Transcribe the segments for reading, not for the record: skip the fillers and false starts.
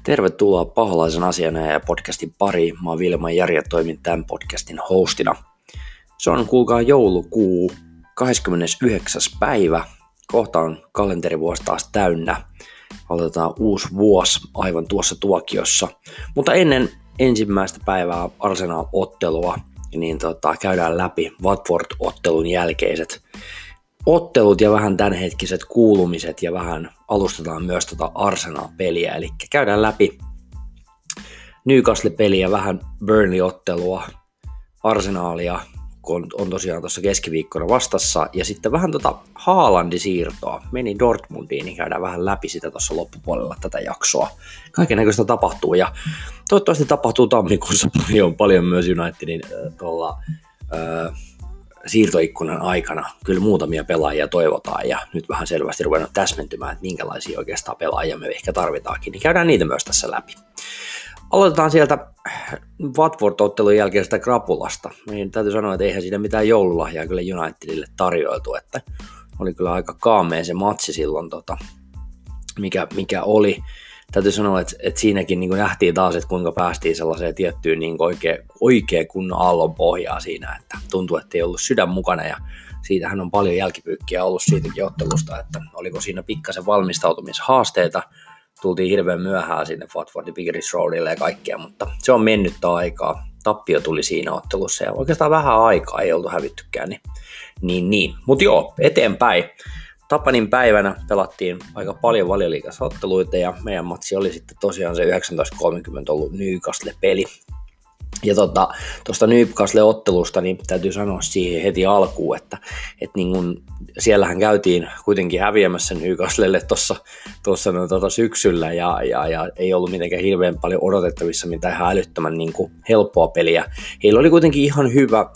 Tervetuloa Paholaisen asianajaja podcastin pariin. Mä oon Vilma Jari ja toimin tämän podcastin hostina. Se on kuulkaa joulukuu, 29. päivä. Kohta on kalenterivuosi taas täynnä. Aloitetaan uusi vuosi aivan tuossa tuokiossa. Mutta ennen ensimmäistä päivää Arsenal-ottelua, niin käydään läpi Watford-ottelun jälkeiset ottelut ja vähän tämänhetkiset kuulumiset ja vähän alustetaan myös Arsenal-peliä. Eli käydään läpi Newcastle-peliä, vähän Burnley-ottelua, Arsenalia, kun on tosiaan tuossa keskiviikkona vastassa, ja sitten vähän Haalandin siirtoa. Meni Dortmundiin, niin käydään vähän läpi sitä tuossa loppupuolella tätä jaksoa. Kaikennäköistä tapahtuu, ja toivottavasti tapahtuu tammikuussa paljon myös Unitedin siirtoikkunan aikana. Kyllä muutamia pelaajia toivotaan, ja nyt vähän selvästi ruvennut täsmentymään, että minkälaisia oikeastaan pelaajia me ehkä tarvitaankin, niin käydään niitä myös tässä läpi. Aloitetaan sieltä Watford-ottelun jälkeisestä krapulasta. Niin täytyy sanoa, että eihän siinä mitään joululahjaa kyllä Unitedille tarjoiltu, että oli kyllä aika kaamea se matsi silloin, mikä oli. Täytyy sanoa, että siinäkin niin nähtiin taas, että kuinka päästiin sellaiseen tiettyyn niin oikea kunnon aallon pohjaa siinä, että tuntui, että ei ollut sydän mukana, ja siitähän on paljon jälkipyykkiä ollut siitäkin ottelusta, että oliko siinä pikkasen valmistautumishaasteita. Tultiin hirveän myöhään sinne Watfordin Vicarage Roadille ja kaikkea, mutta se on mennyttä aikaa. Tappio tuli siinä ottelussa ja oikeastaan vähän aikaa ei oltu hävittykään. Niin. Mutta joo, eteenpäin. Tapanin päivänä pelattiin aika paljon Valioliigassa otteluita ja meidän matsi oli sitten tosiaan se 19.30 ollut Newcastle-peli. Ja tuosta Newcastle-ottelusta niin täytyy sanoa siihen heti alkuun, että niin kun siellähän käytiin kuitenkin häviämässä Newcastlelle tuossa syksyllä ja ei ollut mitenkään hirveän paljon odotettavissa mitään ihan älyttömän niin kuin helppoa peliä. Heillä oli kuitenkin ihan hyvä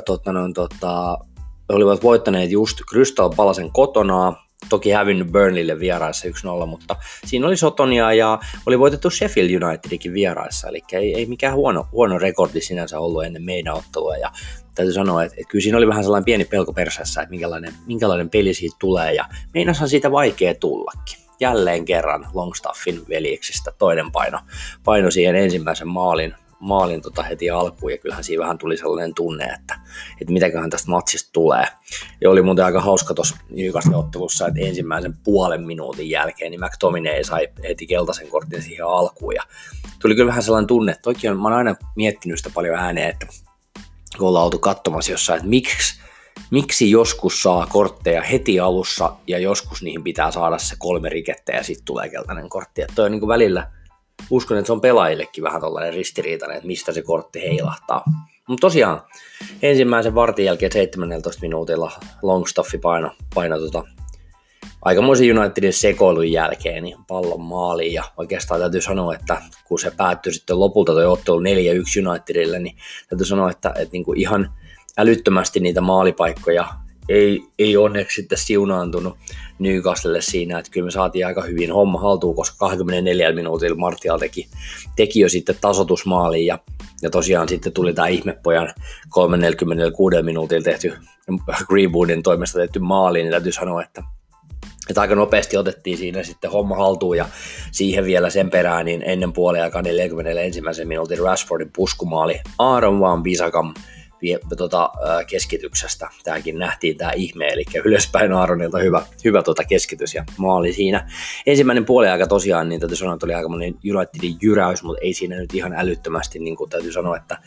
olivat voittaneet just Crystal Palacen kotonaa, toki hävinnyt Burnleylle vieraissa 1-0, mutta siinä oli Sotonia ja oli voitettu Sheffield Unitedikin vieraissa, eli ei mikään huono rekordi sinänsä ollut ennen meidän ottelua, ja täytyy sanoa, että kyllä siinä oli vähän sellainen pieni pelko perseessä, että minkälainen peli siitä tulee, ja meinashan siitä vaikea tullakin. Jälleen kerran Longstaffin veljeksistä toinen paino siihen ensimmäisen maalin heti alkuun, ja kyllähän siinä vähän tuli sellainen tunne, että mitäköhän tästä matsista tulee. Ja oli muuten aika hauska tuossa Newcastle-ottelussa, että ensimmäisen puolen minuutin jälkeen niin McTominay sai heti keltaisen kortin siihen alkuun, ja tuli kyllä vähän sellainen tunne, että mä oon aina miettinyt sitä paljon ääneen, että kun ollaan oltu katsomassa jossain, että miksi joskus saa kortteja heti alussa, ja joskus niihin pitää saada se 3 rikettä, ja sitten tulee keltainen kortti, että toi on niin kuin välillä. Uskon, että se on pelaajillekin vähän tollainen ristiriitainen, että mistä se kortti heilahtaa. Mutta tosiaan ensimmäisen vartin jälkeen 17 minuutilla Longstaffi paino aikamoisen Unitedin sekoilun jälkeen niin pallon maaliin. Ja oikeastaan täytyy sanoa, että kun se päättyi sitten lopulta toi ottelu 4-1 Unitedille, niin täytyy sanoa, että niinku ihan älyttömästi niitä maalipaikkoja ei onneksi sitten siunaantunut Newcastlelle siinä, että kyllä me saatiin aika hyvin homma haltuun, koska 24 minuutilla Martial teki jo sitten tasoitusmaaliin, ja tosiaan sitten tuli tämä ihmepojan 3:46 minuutilla tehty Greenwoodin toimesta tehty maali, niin täytyy sanoa, että aika nopeasti otettiin siinä sitten homma haltuun, ja siihen vielä sen perään niin ennen puoliaikaa 41. minuutin Rashfordin puskumaali Aaron Wan-Bissakan keskityksestä. Tämäkin nähtiin tämä ihme, eli ylöspäin Aaronilta hyvä keskitys ja maali siinä. Ensimmäinen puoliaika tosiaan, niin täytyy sanoa, että oli aika monen Unitedin jyräys, mutta ei siinä nyt ihan älyttömästi, niin kuin täytyy sanoa, että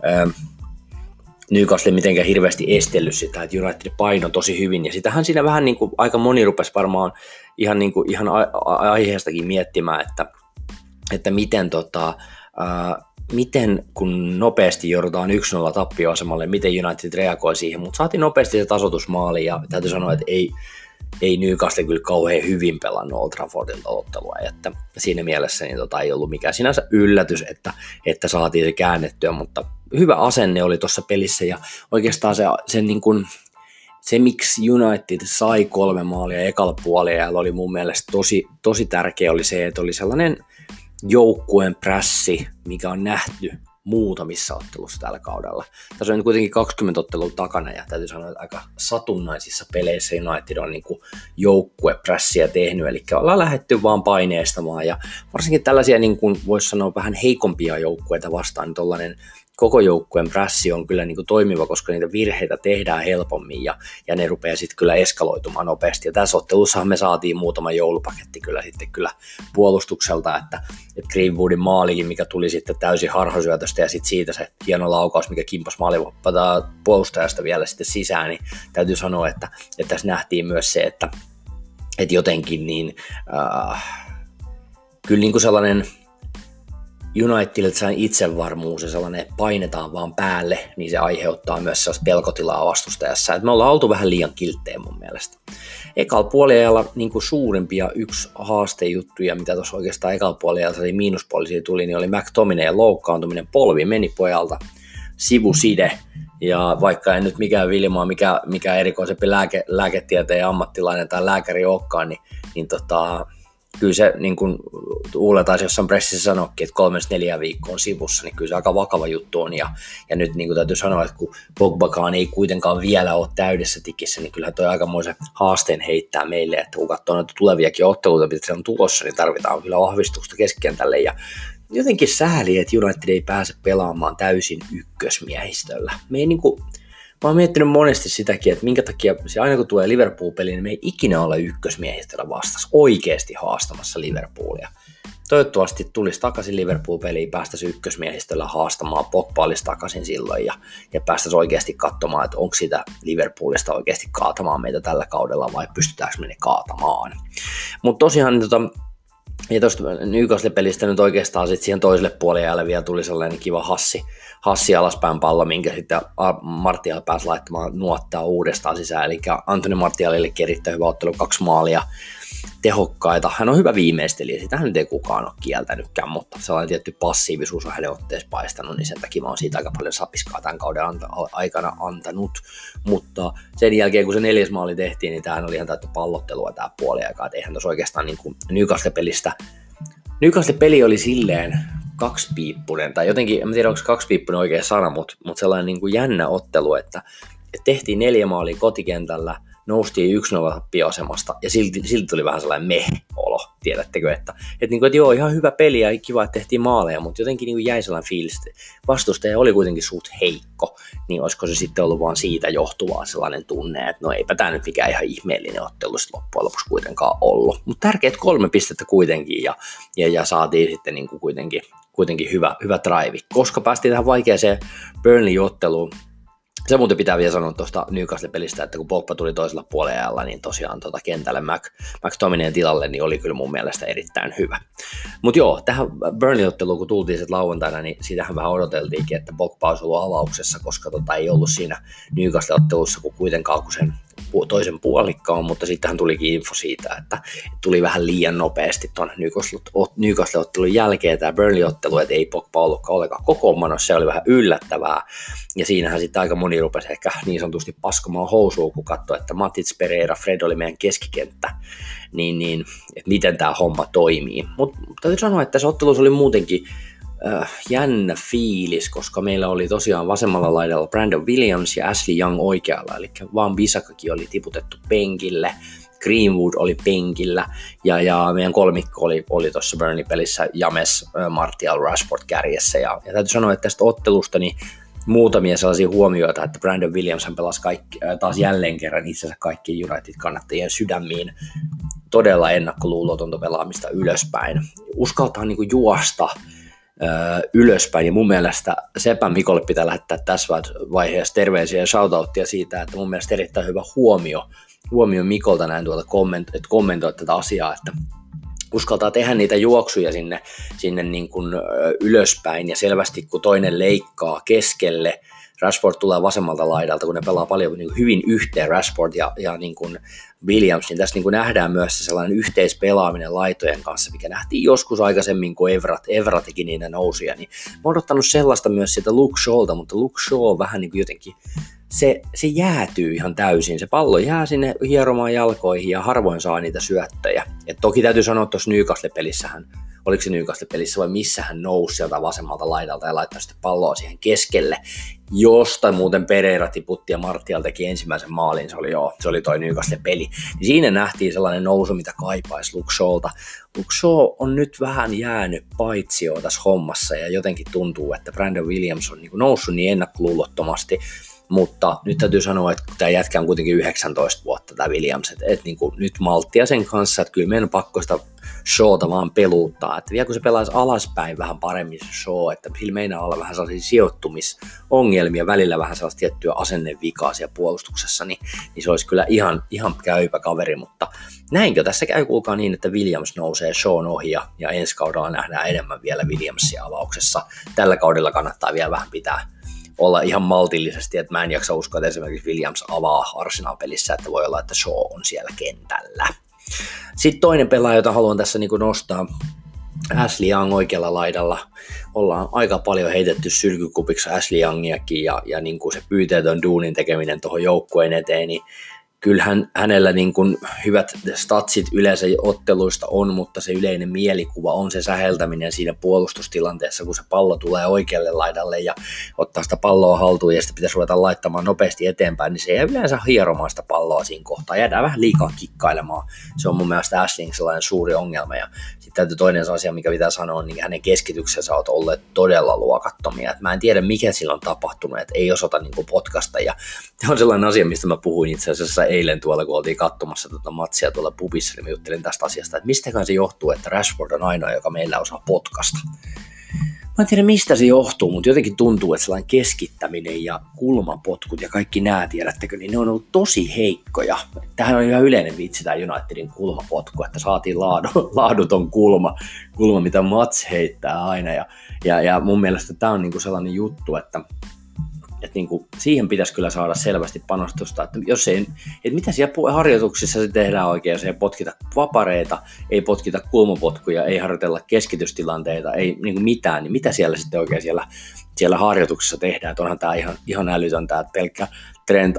Newcastle mitenkään hirveästi estellyt sitä, että United paino tosi hyvin, ja sitähän siinä vähän niin kuin aika moni rupesi varmaan ihan aiheestakin miettimään, että miten kun nopeasti joudutaan 1-0 tappioasemalle, miten United reagoi siihen, mutta saatiin nopeasti se tasoitusmaali, ja täytyy sanoa, että ei Newcastle kyllä kauhean hyvin pelannut Old Traffordilta ottelua, että siinä mielessä niin ei ollut mikään sinänsä yllätys, että saatiin se käännettyä, mutta hyvä asenne oli tuossa pelissä, ja oikeastaan se miksi United sai 3 maalia ekalla puolella oli mun mielestä tosi tärkeä oli se, että oli sellainen joukkueen prässi, mikä on nähty muutamissa ottelussa tällä kaudella. Tässä on nyt kuitenkin 20 ottelua takana ja täytyy sanoa, että aika satunnaisissa peleissä United on niin joukkueprässiä tehnyt, eli ollaan lähdetty vaan paineistamaan ja varsinkin tällaisia niin kuin voisi sanoa vähän heikompia joukkueita vastaan, niin tollainen koko joukkueen prässi on kyllä niin kuin toimiva, koska niitä virheitä tehdään helpommin ja ne rupeaa sitten kyllä eskaloitumaan nopeasti. Ja tässä ottelussahan me saatiin muutama joulupaketti kyllä puolustukselta, että Greenwoodin maalikin, mikä tuli sitten täysin harhasyötöstä ja sitten siitä se hieno laukaus, mikä kimpas puolustajasta vielä sitten sisään, niin täytyy sanoa, että tässä nähtiin myös se, että jotenkin niin kyllä niin kuin sellainen Unitedilta sellainen itsevarmuus ja sellainen painetaan vaan päälle, niin se aiheuttaa myös sellaista pelkotilaa vastustajassa. Et me ollaan oltu vähän liian kilttejä mun mielestä. Ekalla puoliajalla niin kuin suurimpia yksi haastejuttuja, mitä tuossa oikeastaan ekalla puoliajalla miinuspuolisia tuli, niin oli McTominayn loukkaantuminen. Polvi meni pojalta, sivuside. Ja vaikka en nyt mikään Vilmaa, mikä erikoisempi lääketieteen ammattilainen tai lääkäri olekaan, niin kyllä se, niin kuin Uule taisi jossain pressissä sanoikin, että 3-4 viikkoa on sivussa, niin kyllä se aika vakava juttu on. Ja nyt niin kuin täytyy sanoa, että kun Pogbakaan ei kuitenkaan vielä ole täydessä tikissä, niin kyllähän toi aikamoisen haasteen heittää meille, että kun katsoo noita tuleviakin otteluita, mitä se on tulossa, niin tarvitaan kyllä vahvistusta keskikentälle. Ja jotenkin sääli, että United ei pääse pelaamaan täysin ykkösmiehistöllä. Me ei niin kuin, mä oon miettinyt monesti sitäkin, että minkä takia se aina kun tulee Liverpool-peliin, niin me ei ikinä olla ykkösmiehistöllä vastassa oikeasti haastamassa Liverpoolia. Toivottavasti tulisi takaisin Liverpool-peliin, päästäisiin ykkösmiehistöllä haastamaan, Pogba olisi takaisin silloin ja päästäisiin oikeasti katsomaan, että onko sitä Liverpoolista oikeasti kaatamaan meitä tällä kaudella vai pystytäänkö me ne kaatamaan. Mutta tosiaan ja tuosta Newcastle-pelistä nyt oikeastaan sitten siihen toiselle puolelle vielä tuli sellainen kiva hassi alaspäin pallo, minkä sitten Martial pääsi laittamaan nuottaa uudestaan sisään. Eli Anthony Martialillekin erittäin hyvä ottelu, 2 maalia, tehokkaita. Hän on hyvä viimeistelijä, sitähän nyt ei kukaan ole kieltänytkään, mutta sellainen tietty passiivisuus on hänen otteessa paistanut, niin sen takia mä oon siitä aika paljon sapiskaa tämän kauden aikana antanut. Mutta sen jälkeen, kun se 4. maali tehtiin, niin tämähän oli ihan täyttä pallottelua tämä puoliaikaa, että eihän tuossa oikeastaan niin kuin Newcastle-peli oli silleen kaksipiippunen, tai jotenkin, en tiedä onko kaksipiippunen oikea sana, mutta sellainen niin kuin jännä ottelu, että tehtiin 4 maalia kotikentällä, noustiin 1-0 tappioasemasta ja silti tuli vähän sellainen meh-olo, tiedättekö, että joo, ihan hyvä peli ja kiva, että tehtiin maaleja, mutta jotenkin niin jäi sellainen fiilis, että vastustaja oli kuitenkin suht heikko, niin olisiko se sitten ollut vaan siitä johtuvaa sellainen tunne, että no eipä tämä nyt mikään ihan ihmeellinen ottelu loppujen lopuksi kuitenkaan ollut, mutta tärkeät 3 pistettä kuitenkin ja saatiin sitten niin kuin kuitenkin hyvä drive, koska päästiin tähän vaikeaseen Burnley-otteluun. Se muuten pitää vielä sanoa tuosta Newcastle-pelistä, että kun Pogba tuli toisella puolella, niin tosiaan kentälle McTominayn tilalle, niin oli kyllä mun mielestä erittäin hyvä. Mutta joo, tähän Burnley-otteluun kun tultiin sitten lauantaina, niin siitähän vähän odoteltiinkin, että Pogba olisi ollut avauksessa, koska ei ollut siinä Newcastle-ottelussa kuin kuitenkaan kuin sen toisen puolikkaan, mutta sittenhän tulikin info siitä, että tuli vähän liian nopeasti tuon Newcastle-ottelun jälkeen tämä Burnley-ottelu, että ei Pogba ollutkaan ollenkaan kokoonpanossa, se oli vähän yllättävää, ja siinähän sitten aika moni rupesi ehkä niin sanotusti paskomaan housuun, kun katsoi, että Matic, Pereira, Fred oli meidän keskikenttä, niin että miten tämä homma toimii. Mutta täytyy sanoa, että tässä ottelussa oli muutenkin jännä fiilis, koska meillä oli tosiaan vasemmalla laidalla Brandon Williams ja Ashley Young oikealla, eli Van Bissakakin oli tiputettu penkille, Greenwood oli penkillä ja meidän kolmikko oli tuossa Burnley-pelissä James, Martial, Rashford kärjessä ja täytyy sanoa, että tästä ottelusta niin muutamia sellaisia huomioita, että Brandon Williams pelasi taas jälleen kerran itsensä kaikkien United-kannattajien sydämiin todella ennakkoluulotonta pelaamista ylöspäin. Uskaltaa niin kuin juosta ylöspäin ja mun mielestä Sepä Mikolle pitää lähettää tässä vaiheessa terveisiä ja shoutouttia siitä, että mun mielestä erittäin hyvä huomio Mikolta näin tuolta kommentoi tätä asiaa, että uskaltaa tehdä niitä juoksuja sinne niin kuin ylöspäin ja selvästi kun toinen leikkaa keskelle, Rashford tulee vasemmalta laidalta, kun ne pelaa paljon niin kuin hyvin yhteen Rashford ja niin kuin Williams, niin tässä niin kuin nähdään myös se sellainen yhteispelaaminen laitojen kanssa, mikä nähtiin joskus aikaisemmin, kun Evra teki niitä nousuja, niin mä oon odottanut sellaista myös sieltä Luke Shawlta, mutta Luke Shaw on vähän niin kuin jotenkin, se jäätyy ihan täysin, se pallo jää sinne hieromaan jalkoihin ja harvoin saa niitä syöttöjä. Et toki täytyy sanoa, että tuossa Newcastle-pelissähän oliko se Newcastle-pelissä vai missä hän nousi sieltä vasemmalta laidalta ja laittoi sitten palloa siihen keskelle, josta muuten Pereira tiputti ja Martial teki ensimmäisen maalin, se oli toi Newcastle-peli. Niin siinä nähtiin sellainen nousu, mitä kaipaisi Luke Shawlta. Luke Shaw on nyt vähän jäänyt paitsioon tässä hommassa ja jotenkin tuntuu, että Brandon Williams on niin kuin noussut niin ennakkoluulottomasti, mutta nyt täytyy sanoa, että tämä jätkä on kuitenkin 19 vuotta tämä Williams, että niin kuin nyt malttia sen kanssa, että kyllä meidän on pakko sitä Shawta vaan peluuttaa, että vielä kun se pelaisi alaspäin vähän paremmin se Shaw, että sillä meinaa olla vähän sellaisia sijoittumisongelmia, välillä vähän sellaista tiettyä asennevikaa siellä puolustuksessa, niin se olisi kyllä ihan käypä kaveri, mutta näinkö tässä käy kuulkaa niin, että Williams nousee Shawn ohi ja ensi kaudella nähdään enemmän vielä Williamsia avauksessa. Tällä kaudella kannattaa vielä vähän olla ihan maltillisesti, että mä en jaksa uskoa, että esimerkiksi Williams avaa Arsenal-pelissä, että voi olla, että Shaw on siellä kentällä. Sitten toinen pelaaja, jota haluan tässä niin nostaa, Ashley Young oikealla laidalla. Ollaan aika paljon heitetty sylkykupiksi Ashley Youngiakin ja niin kuin se pyyteetön duunin tekeminen tuohon joukkueen eteen, niin kyllähän hänellä niin kuin hyvät statsit yleensä otteluista on, mutta se yleinen mielikuva on se säheltäminen siinä puolustustilanteessa, kun se pallo tulee oikealle laidalle ja ottaa sitä palloa haltuun ja sitten pitäisi ruveta laittamaan nopeasti eteenpäin, niin se ei yleensä hieromaan sitä palloa siinä kohtaa. Jäädään vähän liikaa kikkailemaan. Se on mun mielestä Ashleyin sellainen suuri ongelma. Ja sitten täytyy toinen asia, mikä pitää sanoa, niin hänen keskityksensä on olleet todella luokattomia. Et mä en tiedä, mikä sillä on tapahtunut, että ei osata niin potkasta. Ja on sellainen asia, mistä mä puhuin itse asiassa eilen tuolla, kun oltiin katsomassa tuota matsia tuolla pubissa, niin mä juttelin tästä asiasta, että mistäkään se johtuu, että Rashford on ainoa, joka meillä osaa potkasta. Mä en tiedä, mistä se johtuu, mutta jotenkin tuntuu, että sellainen keskittäminen ja kulmapotkut ja kaikki nämä, tiedättekö, niin ne on ollut tosi heikkoja. Tämähän on ihan yleinen vitsi tämä Unitedin kulmapotku, että saatiin laaduton kulma, mitä Mats heittää aina. Ja mun mielestä tämä on niinku sellainen juttu, että niinku siihen pitäisi kyllä saada selvästi panostusta, että jos ei, että mitä siellä harjoituksissa se tehdään oikein, jos ei potkita vapareita, ei potkita kulmapotkuja, ei harjoitella keskitystilanteita, ei niinku mitään, niin mitä siellä sitten oikein siellä harjoituksessa tehdään, että onhan tämä ihan älytöntä, että pelkkä Trent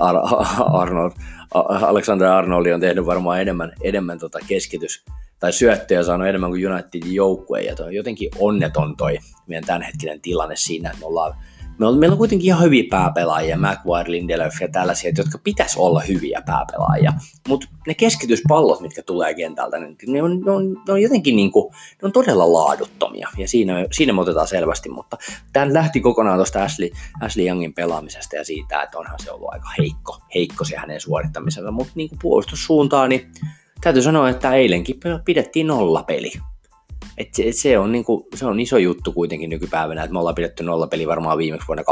Alexander-Arnold on tehnyt varmaan enemmän keskitys tai syöttöjä saanut enemmän kuin Unitedin joukkue, ja toi on jotenkin onneton toi meidän tämänhetkinen tilanne siinä, että meillä on kuitenkin ihan hyviä pääpelaajia, Maguire, Lindelöf ja tällaisia, jotka pitäisi olla hyviä pääpelaajia, mutta ne keskityspallot, mitkä tulee kentältä, ne on jotenkin niinku, ne on todella laaduttomia, ja siinä me otetaan selvästi, mutta tämä lähti kokonaan tuosta Ashley Youngin pelaamisesta ja siitä, että onhan se ollut aika heikko se hänen suorittamisensa, mutta niinku puolustussuuntaan, niin täytyy sanoa, että eilenkin pidettiin nollapeli. Se on iso juttu kuitenkin nykypäivänä, että me ollaan pidetty nollapeli varmaan viimeksi vuonna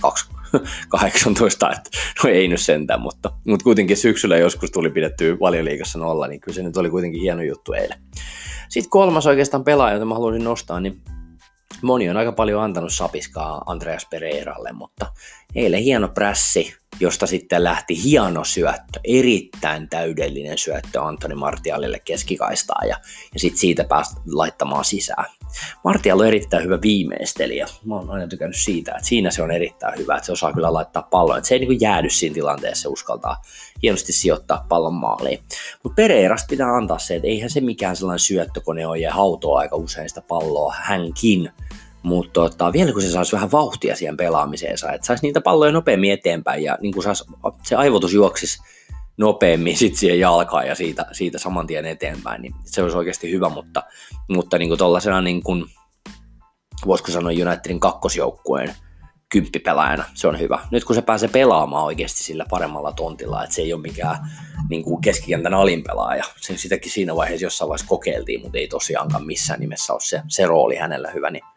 2018, että no ei nyt sentään, mutta kuitenkin syksyllä joskus tuli pidettyä Valioliigassa nolla, niin kyllä se nyt oli kuitenkin hieno juttu eilen. Sitten kolmas oikeastaan pelaaja, jota mä haluaisin nostaa, niin moni on aika paljon antanut sapiskaa Andreas Pereiralle, mutta eilen hieno prässi, josta sitten lähti hieno syöttö, erittäin täydellinen syöttö Anthony Martialille keskikaistaan ja sitten siitä päästä laittamaan sisään. Martial on erittäin hyvä viimeistelijä. Mä oon aina tykännyt siitä, että siinä se on erittäin hyvä, että se osaa kyllä laittaa pallon, että se ei niin kuin jäädy siinä tilanteessa, se uskaltaa hienosti sijoittaa pallon maaliin. Mutta Pereirasta pitää antaa se, että eihän se mikään sellainen syöttökone ole ja hautoo aika usein sitä palloa hänkin. Mutta vielä kun se saisi vähän vauhtia siihen pelaamiseensa, että saisi niitä palloja nopeammin eteenpäin ja niin kuin se aivotus juoksisi nopeammin sitten siihen jalkaan ja siitä saman tien eteenpäin, niin se olisi oikeasti hyvä, mutta niin kuin tollasena, niin kuin, voisiko sanoa Unitedin kakkosjoukkueen kymppipelaajana, se on hyvä. Nyt kun se pääsee pelaamaan oikeasti sillä paremmalla tontilla, että se ei ole mikään niin kuin keskikentän alinpelaaja, sitäkin siinä vaiheessa jossain vaiheessa kokeiltiin, mutta ei tosiaankaan missään nimessä ole se rooli hänellä hyvä, niin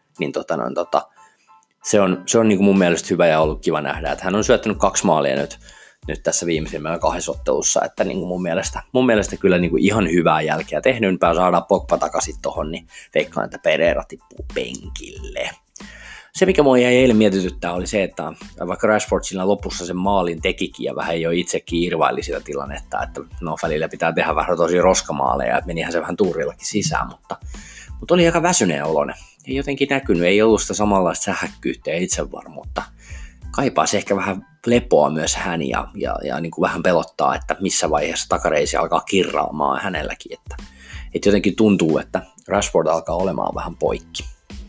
se on niin kuin mun mielestä hyvä ja ollut kiva nähdä, että hän on syöttänyt 2 maalia nyt tässä viimeisimmällä 2 ottelussa, että niin kuin mun mielestä kyllä niin kuin ihan hyvää jälkeä tehnyt, nyt saadaan Pogba takaisin tohon, niin veikkaan, että Pereira tippuu penkille. Se, mikä mua jäi eilen mietityttää, oli se, että vaikka Rashford siinä lopussa sen maalin tekikin ja vähän jo itsekin irvaili sitä tilannetta, että no välillä pitää tehdä vähän tosi roskamaaleja, että menihän se vähän tuurillakin sisään, mutta oli aika väsyneen oloinen. Ei jotenkin näkynyt, ei ollut sitä samanlaista sähäkkyyttä ja itsevarmuutta. Kaipaisi ehkä vähän lepoa myös hän ja niin kuin vähän pelottaa, että missä vaiheessa takareisi alkaa kirraamaan hänelläkin. Että jotenkin tuntuu, että Rashford alkaa olemaan vähän poikki.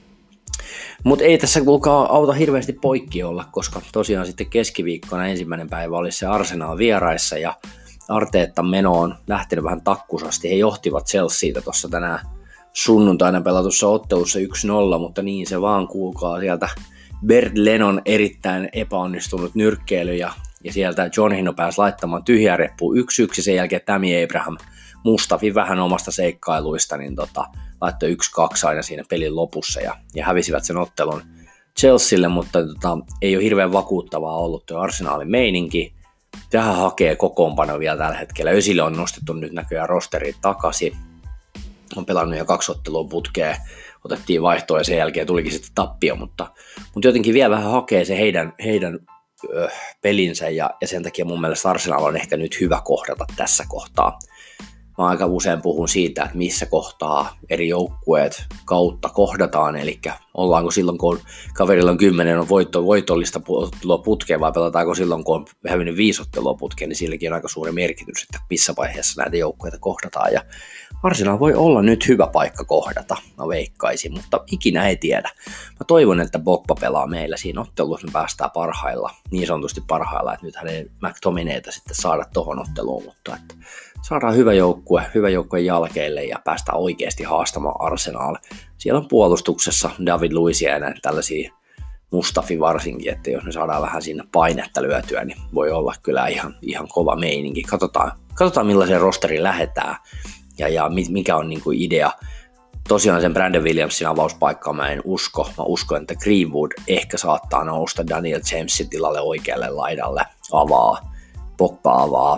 Mutta ei tässä kuulkaa auta hirveästi poikki olla, koska tosiaan sitten keskiviikkona ensimmäinen päivä oli se Arsenal vieraissa ja Arteetan meno on lähtenyt vähän takkusasti. He johtivat Chelseatä tuossa tänään sunnuntaina pelatussa ottelussa 1-0, mutta niin se vaan kuulkaa sieltä Bernd Lennon erittäin epäonnistunut nyrkkeily ja sieltä Jorginho pääsi laittamaan tyhjää reppuun 1-1, sen jälkeen Tammy Abraham Mustafi vähän omasta seikkailuista, niin laittoi 1-2 aina siinä pelin lopussa ja hävisivät sen ottelun Chelsealle, mutta ei ole hirveän vakuuttavaa ollut tuo Arsenalin meininki. Tähän hakee kokoonpano vielä tällä hetkellä. Özil on nostettu nyt näköjään rosteriin takaisin. On pelannut jo 2 ottelua putkeen, otettiin vaihtoa ja sen jälkeen tulikin sitten tappio, mutta jotenkin vielä vähän hakee se heidän pelinsä ja sen takia mun mielestä Arsenal on ehkä nyt hyvä kohdata tässä kohtaa. Mä aika usein puhun siitä, että missä kohtaa eri joukkueet kautta kohdataan, eli ollaanko silloin, kun kaverilla on 10 on voitollista ottelua putkeen, vai pelataanko silloin, kun on hävinnyt 5 ottelua putkeen, niin silläkin on aika suuri merkitys, että missä vaiheessa näitä joukkueita kohdataan. Ja Arsenal voi olla nyt hyvä paikka kohdata, mä veikkaisin, mutta ikinä ei tiedä. Mä toivon, että Pogba pelaa meillä siinä ottelussa, me päästään parhailla, niin sanotusti parhailla, että nythän ei McTominayta sitten saada tohon otteluun, mutta että saadaan hyvä joukkue jälkeille ja päästään oikeasti haastamaan Arsenal. Siellä on puolustuksessa David Luizia ja näin tällaisia Mustafi varsinkin, että jos me saadaan vähän siinä painetta lyötyä, niin voi olla kyllä ihan kova meininki. Katsotaan millaisen rosterin lähdetään ja mikä on niinku idea. Tosiaan sen Brandon Williamsin avauspaikkaa mä en usko. Mä uskon, että Greenwood ehkä saattaa nousta Daniel Jamesin tilalle oikealle laidalle, Pogba avaa.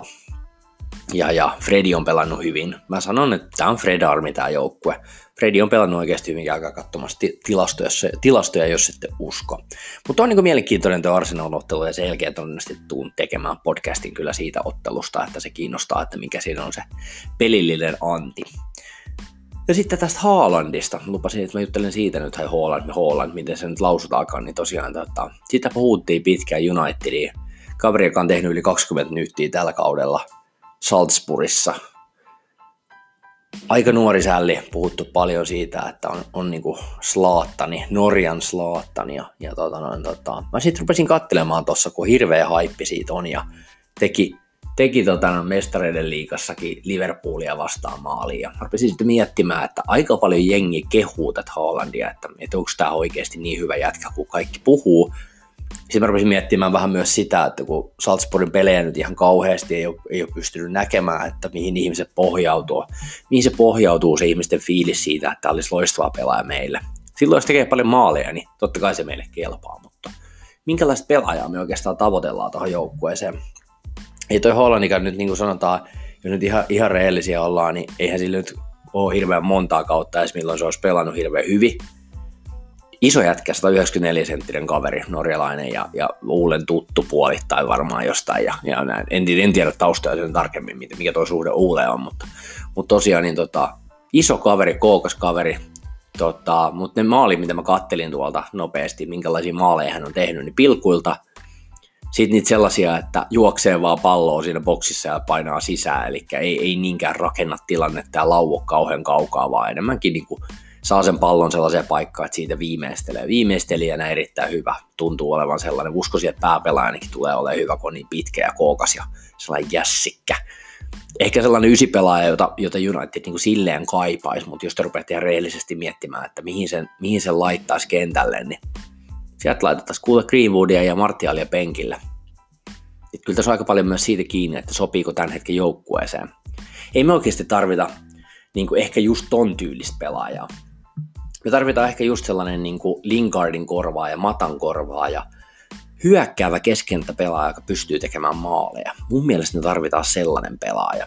Ja Fredi on pelannut hyvin. Mä sanon, että tämä on Fred-armi tämä joukkue. Fredi on pelannut oikeasti hyvin aikaa katsomassa tilastoja, jos ette usko. Mutta on niin mielenkiintoinen tuo Arsenal-ottelu ja sen jälkeen todennäköisesti tuun tekemään podcastin kyllä siitä ottelusta, että se kiinnostaa, että mikä siinä on se pelillinen anti. Ja sitten tästä Haalandista. Lupasin, että mä juttelen siitä nyt, Haaland, miten se nyt lausutaakaan, niin tosiaan sitä puhuttiin pitkään Unitediin. Kaveri, joka on tehnyt yli 20 nyttiä tällä kaudella Salzburgissa. Aika nuori sälli, puhuttu paljon siitä, että on niinku Zlatani, Norjan Zlatani. Mä sitten rupesin katselemaan tossa, kun hirveä haippi siitä on ja teki mestareiden liigassakin Liverpoolia vastaan maaliin. Ja mä rupesin sitten miettimään, että aika paljon jengi kehuu tätä Haalandia, että onko tämä oikeasti niin hyvä jätkä, kun kaikki puhuu. Sitten mä rupesin miettimään vähän myös sitä, että kun Salzburgin pelejä nyt ihan kauheasti ei ole pystynyt näkemään, että mihin se pohjautuu se ihmisten fiilis siitä, että tämä olisi loistava pelaaja meille. Silloin jos tekee paljon maaleja, niin totta kai se meille kelpaa, mutta minkälaista pelaajaa me oikeastaan tavoitellaan tuohon joukkueeseen? Ei toi Haalandikaan nyt niin kuin sanotaan, jos nyt ihan rehellisiä ollaan, niin eihän sillä nyt ole hirveän montaa kautta edes milloin se olisi pelannut hirveän hyvin. Iso jätkä, 194-senttinen kaveri, norjalainen ja Uulen tuttu puolittain varmaan jostain. Ja näin. En tiedä taustoja sen tarkemmin, mikä tuo suhde Uule on, mutta tosiaan niin iso kaveri, kookas kaveri. Mutta ne maalit, mitä mä kattelin tuolta nopeasti, minkälaisia maaleja hän on tehnyt, niin pilkuilta. Sitten niitä sellaisia, että juoksee vaan palloa siinä boksissa ja painaa sisään, eli ei niinkään rakenna tilannetta ja lauo kauhean kaukaa, vaan enemmänkin niin kuin saa sen pallon sellaiseen paikkaan, että siitä viimeistelee. Viimeistelijänä erittäin hyvä, tuntuu olevan sellainen. Uskoisin, että pääpelaajanakin tulee olemaan hyvä, kun on niin pitkä ja kookas ja sellainen jässikkä. Ehkä sellainen ysipelaaja, jota United niin kuin silleen kaipaisi, mutta jos te rupeatte ihan rehellisesti miettimään, että mihin sen laittaisi kentälle, niin sieltä laitettaisiin kuule Greenwoodia ja Martialia penkillä. Kyllä tässä on aika paljon myös siitä kiinni, että sopiiko tämän hetken joukkueeseen. Ei me oikeasti tarvita niin kuin ehkä just ton tyylistä pelaajaa. Me tarvitaan ehkä just sellainen niin kuin Lingardin korvaa ja Matan korvaa ja hyökkäävä keskentäpelaaja, joka pystyy tekemään maaleja. Mun mielestä me tarvitaan sellainen pelaaja.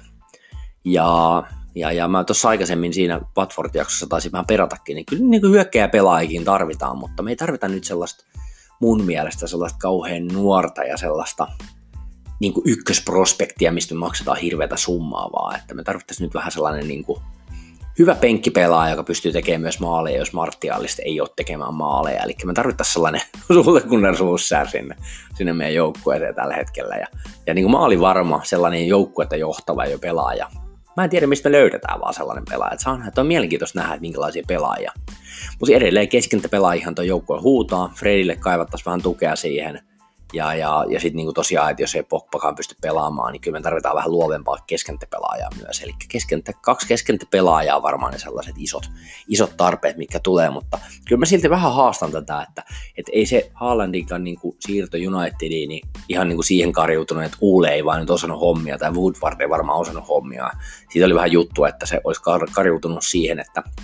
Ja mä tuossa aikaisemmin siinä Watford-jaksossa taisin vähän peratakin, niin kyllä niin kuin hyökkääjäpelaajikin tarvitaan, mutta me ei tarvita nyt sellaista mun mielestä sellaista kauhean nuorta ja sellaista niin kuin ykkösprospektia, mistä me maksetaan hirveätä summaa, vaan että me tarvittaisiin nyt vähän sellainen niin kuin hyvä penkkipelaaja, joka pystyy tekemään myös maaleja, jos Martialista ei ole tekemään maaleja. Eli me tarvittaisiin sellainen Sulekunen Solskjær sinne meidän joukkueeseen tällä hetkellä. Ja niin kuin maalivarma, sellainen joukkuetta johtava jo pelaaja. mä en tiedä, mistä me löydetään vaan sellainen pelaaja. Että on mielenkiintoista nähdä, että minkälaisia pelaajia. Mutta edelleen keskentäpelaajihan tuon joukkueen huutaa. Fredille kaivattaisiin vähän tukea siihen. Ja sitten niinku tosiaan, että jos ei Pogbakaan pysty pelaamaan, niin kyllä me tarvitaan vähän luovempaa keskentäpelaajaa myös. Eli 2 keskentäpelaajaa on varmaan ne sellaiset isot tarpeet, mitkä tulee, mutta kyllä mä silti vähän haastan tätä, että ei se Haalandinkaan niinku siirto Unitediin niin ihan niinku siihen kariutunut, että Ule ei vaan nyt osannut hommia, tai Woodward ei varmaan osannut hommia. Siitä oli vähän juttu, että se olisi kariutunut siihen,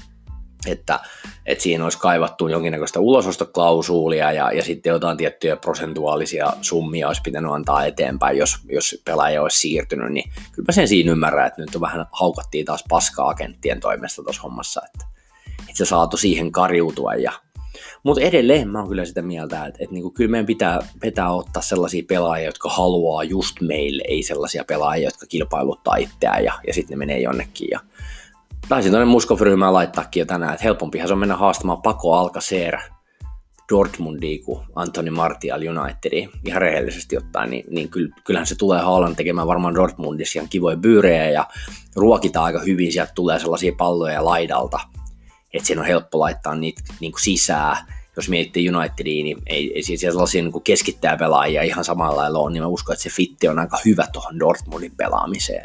että siihen olisi kaivattu jonkinnäköistä ulosostoklausuulia ja sitten jotain tiettyjä prosentuaalisia summia olisi pitänyt antaa eteenpäin, jos pelaaja olisi siirtynyt, niin kyllä mä sen siinä ymmärrän, että nyt vähän haukattiin taas paskaa agenttien toimesta tuossa hommassa, että se saatu siihen kariutua. Mutta edelleen mä oon kyllä sitä mieltä, että niinku, kyllä meidän pitää ottaa sellaisia pelaajia, jotka haluaa just meille, ei sellaisia pelaajia, jotka kilpailuttaa itseään ja sitten ne menee jonnekin. Taisin tuonne Muskov-ryhmään laittaakin jo tänään, että helpompihan se on mennä haastamaan Paco Alcacer Dortmundiin kuin Anthony Martial Unitediin. Ihan rehellisesti ottaen, niin kyllähän se tulee Haaland tekemään varmaan Dortmundissa ihan kivoja byyrejä ja ruokitaan aika hyvin, sieltä tulee sellaisia palloja laidalta, että siinä on helppo laittaa niitä niin kuin sisään. Jos mietitte Unitediin, niin ei siellä sellaisia niin keskittäjäpelaajia ihan samalla lailla ole, niin mä uskon, että se fitti on aika hyvä tuohon Dortmundin pelaamiseen.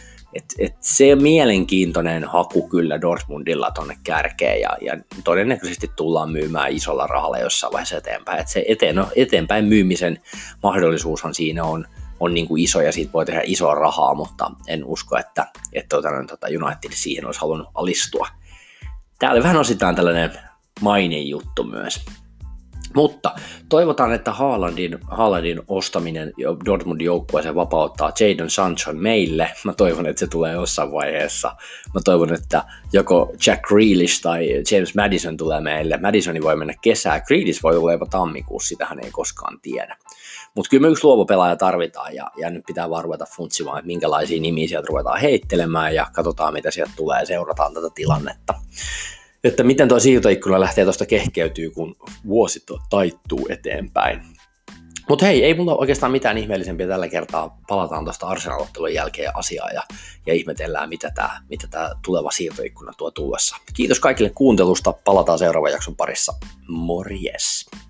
Et se mielenkiintoinen haku kyllä Dortmundilla tonne kärkeen ja todennäköisesti tullaan myymään isolla rahalla jossain vaiheessa eteenpäin. Et se eteenpäin myymisen mahdollisuushan siinä on niin kuin iso ja siitä voi tehdä isoa rahaa, mutta en usko, että United siihen olisi halunnut alistua. Tämä oli vähän osittain tällainen mainejuttu myös. Mutta toivotaan, että Haalandin ostaminen Dortmundin joukkueeseen vapauttaa Jadon Sanchon meille. Mä toivon, että se tulee jossain vaiheessa. Mä toivon, että joko Jack Grealish tai James Maddison tulee meille. Maddisoni voi mennä kesään, Grealish voi tulla jopa tammikuussa, sitähän ei koskaan tiedä. Mutta kyllä me yksi luova pelaaja tarvitaan ja nyt pitää vaan ruveta funtsimaan, että minkälaisia nimiä sieltä ruvetaan heittelemään ja katsotaan, mitä sieltä tulee ja seurataan tätä tilannetta. Että miten tuo siirtoikkuna lähtee tuosta kehkeytyy, kun vuosi taittuu eteenpäin. Mutta hei, ei mulla oikeastaan mitään ihmeellisempiä tällä kertaa. Palataan tuosta Arsenal-ottelun jälkeen asiaan ja ihmetellään, mitä tää tuleva siirtoikkuna tuo tullessa. Kiitos kaikille kuuntelusta. Palataan seuraavan jakson parissa. Morjes!